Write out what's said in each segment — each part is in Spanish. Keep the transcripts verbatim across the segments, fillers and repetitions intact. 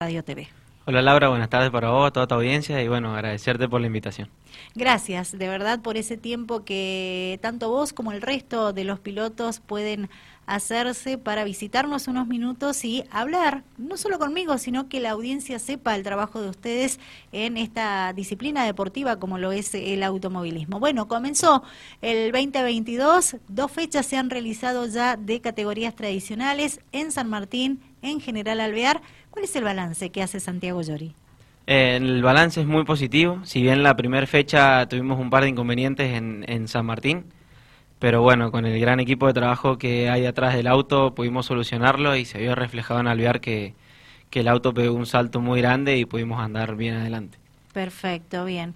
Radio T V. Hola Laura, buenas tardes para vos, a toda tu audiencia y bueno, agradecerte por la invitación. Gracias, de verdad, por ese tiempo que tanto vos como el resto de los pilotos pueden hacerse para visitarnos unos minutos y hablar, no solo conmigo, sino que la audiencia sepa el trabajo de ustedes en esta disciplina deportiva como lo es el automovilismo. Bueno, comenzó el veinte veintidós, dos fechas se han realizado ya de categorías tradicionales en San Martín, en General Alvear. ¿Cuál es el balance que hace Santiago Llori? Eh, el balance es muy positivo, si bien la primera fecha tuvimos un par de inconvenientes en, en San Martín, pero bueno, con el gran equipo de trabajo que hay atrás del auto pudimos solucionarlo y se vio reflejado en Alvear que, que el auto pegó un salto muy grande y pudimos andar bien adelante. Perfecto, bien.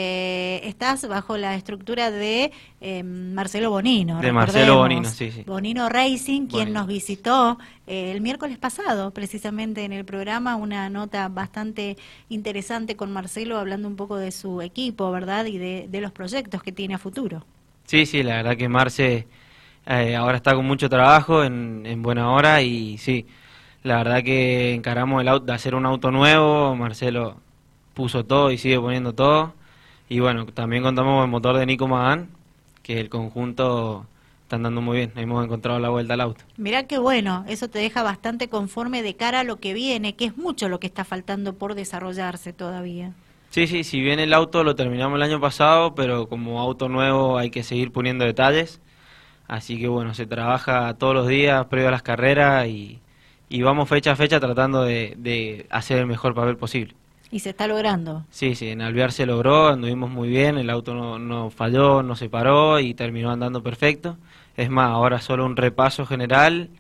Eh, estás bajo la estructura de eh, Marcelo Bonino. De Marcelo Bonino, sí, sí. Bonino Racing, quien Bonino. nos visitó eh, el miércoles pasado, precisamente en el programa, una nota bastante interesante con Marcelo, hablando un poco de su equipo, ¿verdad? Y de, de los proyectos que tiene a futuro. Sí, sí, la verdad que Marce eh, ahora está con mucho trabajo, en, en buena hora y sí, la verdad que encaramos el auto, de hacer un auto nuevo, Marcelo puso todo y sigue poniendo todo. Y bueno, también contamos con el motor de Nico Magán, que el conjunto está andando muy bien. Hemos encontrado la vuelta al auto. Mirá qué bueno, eso te deja bastante conforme de cara a lo que viene, que es mucho lo que está faltando por desarrollarse todavía. Sí, sí, si bien el auto lo terminamos el año pasado, pero como auto nuevo hay que seguir poniendo detalles. Así que bueno, se trabaja todos los días previo a las carreras y, y vamos fecha a fecha tratando de, de hacer el mejor papel posible. Y se está logrando. Sí, sí, en Alvear se logró, anduvimos muy bien, el auto no, no falló, no se paró y terminó andando perfecto. Es más, ahora solo un repaso general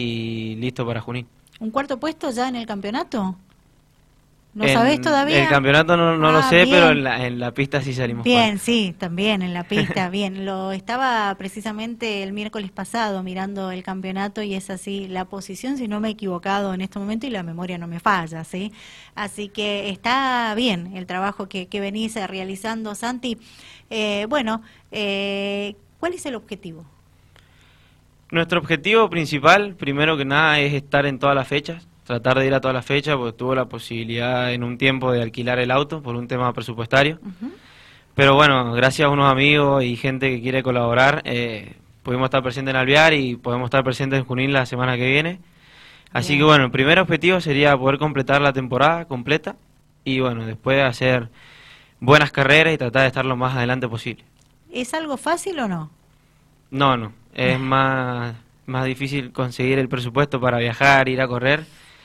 y listo para Junín. ¿Un cuarto puesto ya en el campeonato? ¿No en, sabés todavía? El campeonato no, no ah, lo sé, bien. pero en la, en la pista sí salimos. Bien, cuarto. sí, también en la pista, bien. Lo estaba precisamente el miércoles pasado mirando el campeonato y es así la posición, si no me he equivocado en este momento y la memoria no me falla, ¿sí? Así que está bien el trabajo que, que venís realizando, Santi. Eh, bueno, eh, ¿cuál es el objetivo? Nuestro objetivo principal, primero que nada, es estar en todas las fechas. Tratar de ir a todas las fechas, porque tuvo la posibilidad en un tiempo de alquilar el auto por un tema presupuestario. Uh-huh. Pero bueno, gracias a unos amigos y gente que quiere colaborar, eh, pudimos estar presentes en Alvear y podemos estar presentes en Junín la semana que viene. Así Bien. que bueno, el primer objetivo sería poder completar la temporada completa y bueno, después hacer buenas carreras y tratar de estar lo más adelante posible. ¿Es algo fácil o no? No, no, es más, más difícil conseguir el presupuesto para viajar, ir a correr.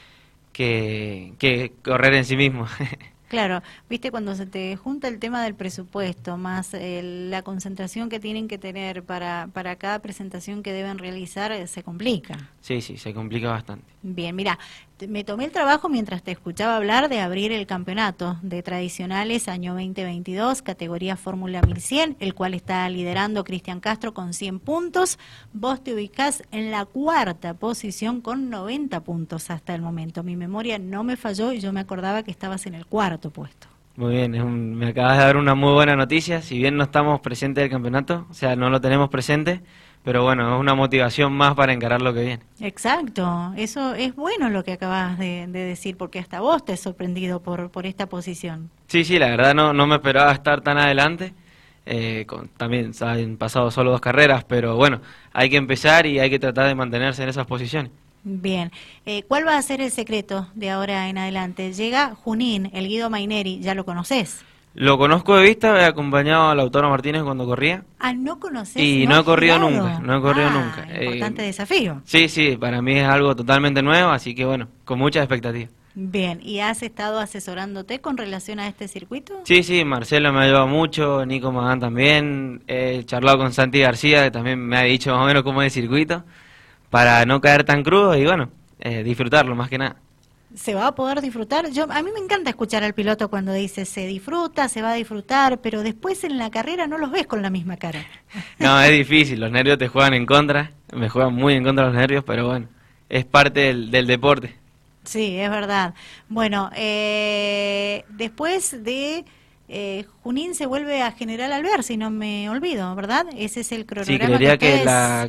Que, que correr en sí mismo. Claro, viste, cuando se te junta el tema del presupuesto, más eh, la concentración que tienen que tener para, para cada presentación que deben realizar, eh, se complica. Sí, sí, se complica bastante. Bien, mira, me tomé el trabajo mientras te escuchaba hablar de abrir el campeonato de tradicionales año veinte veintidós, categoría Fórmula mil cien, el cual está liderando Cristian Castro con cien puntos. Vos te ubicás en la cuarta posición con noventa puntos hasta el momento. Mi memoria no me falló y yo me acordaba que estabas en el cuarto puesto. Muy bien, es un, me acabas de dar una muy buena noticia. Si bien no estamos presentes del campeonato, o sea, no lo tenemos presente, pero bueno, es una motivación más para encarar lo que viene. Exacto, eso es bueno lo que acabas de, de decir, porque hasta vos te has sorprendido por, por esta posición. Sí, sí, la verdad no, no me esperaba estar tan adelante. Eh, con, también han pasado solo dos carreras, pero bueno, hay que empezar y hay que tratar de mantenerse en esas posiciones. Bien, eh, ¿cuál va a ser el secreto de ahora en adelante? Llega Junín, el Guido Maineri, ¿ya lo conoces? Lo conozco de vista, he acompañado a Lautaro Martínez cuando corría. Ah, ¿no conoces? Y no, no he corrido nunca, no he corrido ah, nunca. Importante eh, desafío. Sí, sí, para mí es algo totalmente nuevo, así que bueno, con muchas expectativas. Bien, ¿y has estado asesorándote con relación a este circuito? Sí, sí, Marcelo me ha ayudado mucho, Nico Magán también, he charlado con Santi García, que también me ha dicho más o menos cómo es el circuito, para no caer tan crudo y bueno, eh, disfrutarlo más que nada. ¿Se va a poder disfrutar? Yo a mí me encanta escuchar al piloto cuando dice se disfruta, se va a disfrutar, pero después en la carrera no los ves con la misma cara. No, es difícil, los nervios te juegan en contra, me juegan muy en contra los nervios, pero bueno, es parte del, del deporte. Sí, es verdad. Bueno, eh, después de eh, Junín se vuelve a General Alvear, si no me olvido, ¿verdad? Ese es el cronograma. Sí, creería que, que la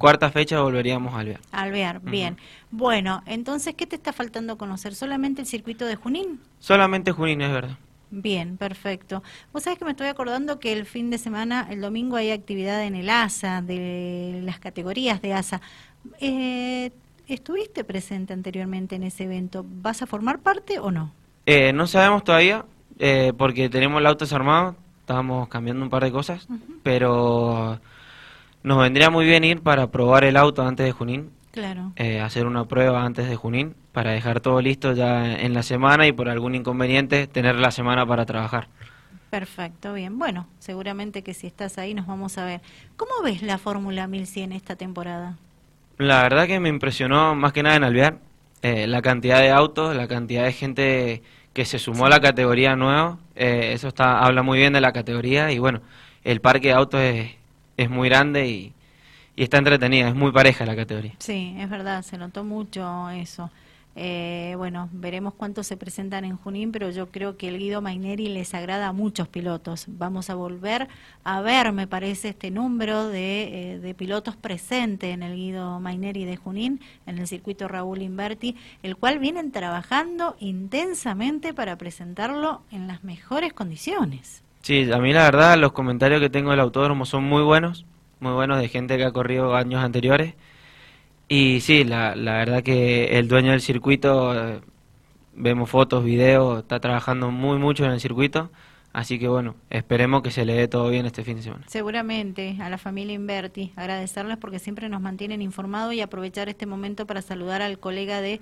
cuarta fecha volveríamos a Alvear. Alvear, uh-huh. Bien. Bueno, entonces, ¿qué te está faltando conocer? ¿Solamente el circuito de Junín? Solamente Junín, es verdad. Bien, perfecto. Vos sabés que me estoy acordando que el fin de semana, el domingo, hay actividad en el A S A, de las categorías de A S A. Eh, ¿Estuviste presente anteriormente en ese evento? ¿Vas a formar parte o no? Eh, no sabemos todavía, eh, porque tenemos el auto desarmado, estábamos cambiando un par de cosas, uh-huh. pero nos vendría muy bien ir para probar el auto antes de Junín. Claro. Eh, hacer una prueba antes de Junín para dejar todo listo ya en la semana y por algún inconveniente tener la semana para trabajar. Perfecto, bien. Bueno, seguramente que si estás ahí nos vamos a ver. ¿Cómo ves la Fórmula mil cien esta temporada? La verdad que me impresionó más que nada en Alvear, eh, la cantidad de autos, la cantidad de gente que se sumó sí. a la categoría nueva, eh, eso está habla muy bien de la categoría y bueno, el parque de autos es, es muy grande y Y está entretenida, es muy pareja la categoría. Sí, es verdad, se notó mucho eso. Eh, bueno, veremos cuántos se presentan en Junín, pero yo creo que el Guido Maineri les agrada a muchos pilotos. Vamos a volver a ver, me parece, este número de, eh, de pilotos presentes en el Guido Maineri de Junín, en el circuito Raúl Inverti, el cual vienen trabajando intensamente para presentarlo en las mejores condiciones. Sí, a mí la verdad los comentarios que tengo del autódromo son muy buenos. muy buenos de gente que ha corrido años anteriores y sí, la, la verdad que el dueño del circuito, eh, vemos fotos, videos, está trabajando muy mucho en el circuito, así que bueno, esperemos que se le dé todo bien este fin de semana. Seguramente a la familia Inverti, agradecerles porque siempre nos mantienen informados y aprovechar este momento para saludar al colega de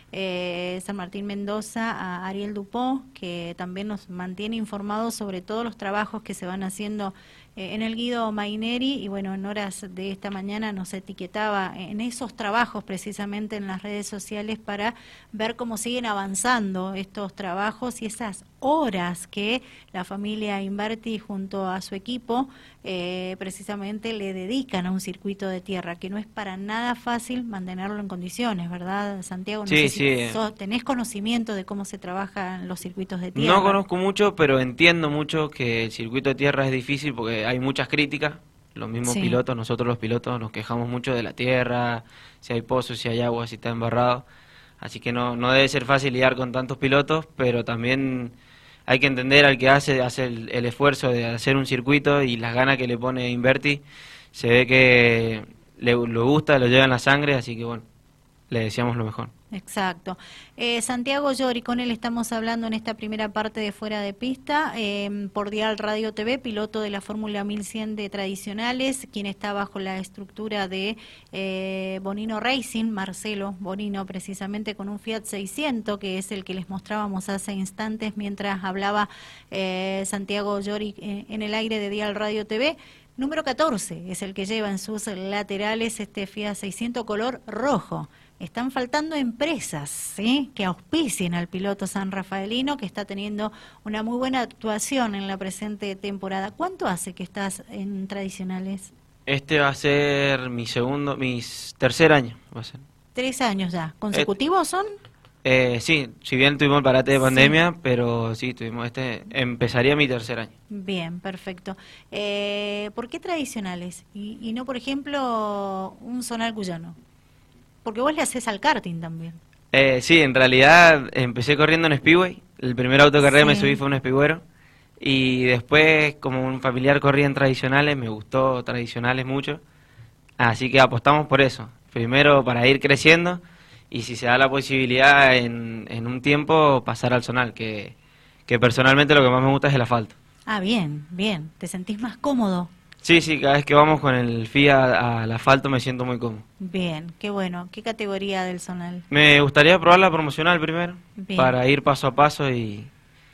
eh, San Martín Mendoza, a Ariel Dupont, que también nos mantiene informados sobre todos los trabajos que se van haciendo en el Guido Maineri y bueno, en horas de esta mañana nos etiquetaba en esos trabajos precisamente en las redes sociales para ver cómo siguen avanzando estos trabajos y esas horas que la familia Inverti junto a su equipo eh, precisamente le dedican a un circuito de tierra, que no es para nada fácil mantenerlo en condiciones, ¿verdad, Santiago? No sí, sé si sí. sos, tenés conocimiento de cómo se trabajan los circuitos de tierra. No conozco mucho, pero entiendo mucho que el circuito de tierra es difícil porque hay muchas críticas, los mismos sí. pilotos, nosotros los pilotos nos quejamos mucho de la tierra, si hay pozos, si hay agua, si está embarrado, así que no, no debe ser fácil lidiar con tantos pilotos, pero también hay que entender al que hace, hace el, el esfuerzo de hacer un circuito y las ganas que le pone Inverti, se ve que le, le gusta, lo lleva en la sangre, así que bueno, le deseamos lo mejor. Exacto. Eh, Santiago Llori, con él estamos hablando en esta primera parte de Fuera de Pista, eh, por Dial Radio T V, piloto de la Fórmula mil cien de tradicionales, quien está bajo la estructura de eh, Bonino Racing, Marcelo Bonino, precisamente con un Fiat seiscientos, que es el que les mostrábamos hace instantes mientras hablaba eh, Santiago Llori eh, en el aire de Dial Radio T V. Número catorce es el que lleva en sus laterales este Fiat seiscientos color rojo. Están faltando empresas, ¿sí?, que auspicien al piloto sanrafaelino, que está teniendo una muy buena actuación en la presente temporada. ¿Cuánto hace que estás en tradicionales? Este va a ser mi segundo, mi tercer año. Va a ser. ¿Tres años ya? ¿Consecutivos este, son? Eh, sí, si bien tuvimos el parate de pandemia, sí. pero sí, tuvimos este, empezaría mi tercer año. Bien, perfecto. Eh, ¿Por qué tradicionales? Y, y no, por ejemplo, un zonal cuyano. Porque vos le haces al karting también. Eh, sí, en realidad empecé corriendo en Speedway. El primer auto que sí. me subí fue un Speedwayero. Y después, como un familiar corría en tradicionales, me gustó tradicionales mucho. Así que apostamos por eso. Primero para ir creciendo y si se da la posibilidad en, en un tiempo pasar al zonal, que, que personalmente lo que más me gusta es el asfalto. Ah, bien, bien. ¿Te sentís más cómodo? Sí, sí, cada vez que vamos con el Fiat al asfalto me siento muy cómodo. Bien, qué bueno. ¿Qué categoría del zonal? Me gustaría probar la promocional primero, bien. para ir paso a paso y,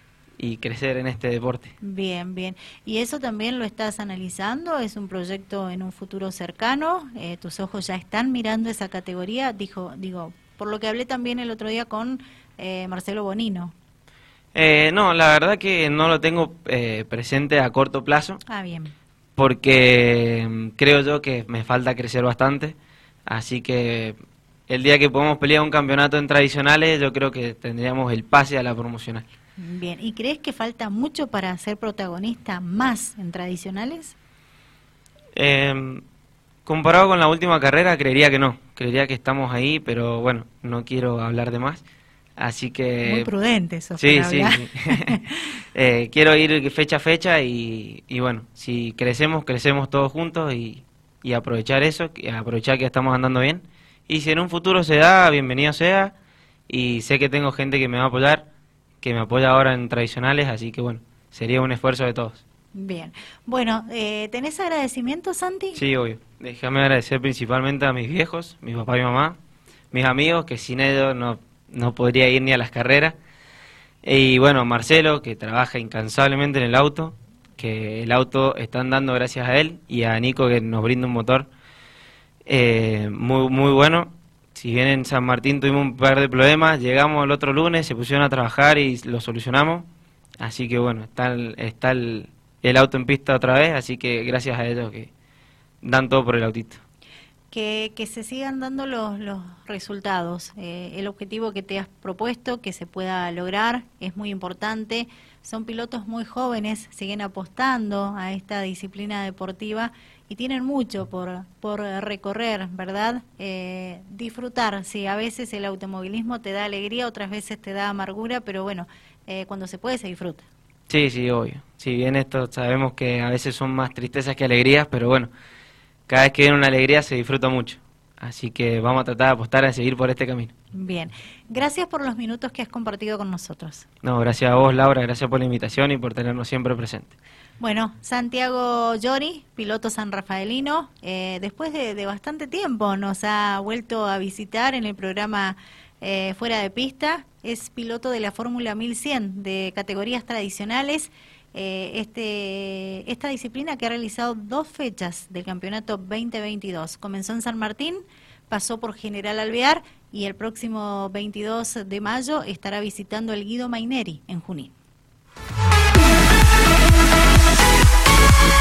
y crecer en este deporte. Bien, bien. ¿Y eso también lo estás analizando? ¿Es un proyecto en un futuro cercano? Eh, ¿Tus ojos ya están mirando esa categoría? Dijo, digo, por lo que hablé también el otro día con eh, Marcelo Bonino. Eh, no, la verdad que no lo tengo eh, presente a corto plazo. Ah, bien. Porque creo yo que me falta crecer bastante, así que el día que podamos pelear un campeonato en tradicionales, yo creo que tendríamos el pase a la promocional. Bien, ¿y crees que falta mucho para ser protagonista más en tradicionales? Eh, Comparado con la última carrera, creería que no. Creería que estamos ahí, pero bueno, no quiero hablar de más. Así que... Muy prudente eso. Sí, para sí. hablar. sí. eh, quiero ir fecha a fecha y, y bueno, si crecemos, crecemos todos juntos y, y aprovechar eso, y aprovechar que estamos andando bien. Y si en un futuro se da, bienvenido sea. Y sé que tengo gente que me va a apoyar, que me apoya ahora en tradicionales, así que bueno, sería un esfuerzo de todos. Bien. Bueno, eh, ¿tenés agradecimientos, Santi? Sí, obvio. Déjame agradecer principalmente a mis viejos, mi papá y mamá, mis amigos, que sin ellos no, no podría ir ni a las carreras. Y bueno, Marcelo, que trabaja incansablemente en el auto, que el auto está andando gracias a él, y a Nico, que nos brinda un motor eh, muy, muy bueno. Si bien en San Martín tuvimos un par de problemas, llegamos el otro lunes, se pusieron a trabajar y lo solucionamos. Así que bueno, está el, está el, el auto en pista otra vez, así que gracias a ellos que dan todo por el autito. Que, que se sigan dando los, los resultados. Eh, el objetivo que te has propuesto, que se pueda lograr, es muy importante. Son pilotos muy jóvenes, siguen apostando a esta disciplina deportiva y tienen mucho por, por recorrer, ¿verdad? Eh, disfrutar, sí, a veces el automovilismo te da alegría, otras veces te da amargura, pero bueno, eh, cuando se puede se disfruta. Sí, sí, obvio. Si bien esto sabemos que a veces son más tristezas que alegrías, pero bueno, cada vez que viene una alegría se disfruta mucho. Así que vamos a tratar de apostar a seguir por este camino. Bien, gracias por los minutos que has compartido con nosotros. No, gracias a vos, Laura, gracias por la invitación y por tenernos siempre presentes. Bueno, Santiago Llori, piloto sanrafaelino, eh, después de, de bastante tiempo nos ha vuelto a visitar en el programa eh, Fuera de Pista. Es piloto de la Fórmula mil cien de categorías tradicionales. Eh, este, esta disciplina que ha realizado dos fechas del campeonato veinte veintidós. Comenzó en San Martín, pasó por General Alvear y el próximo veintidós de mayo estará visitando el Guido Maineri en Junín.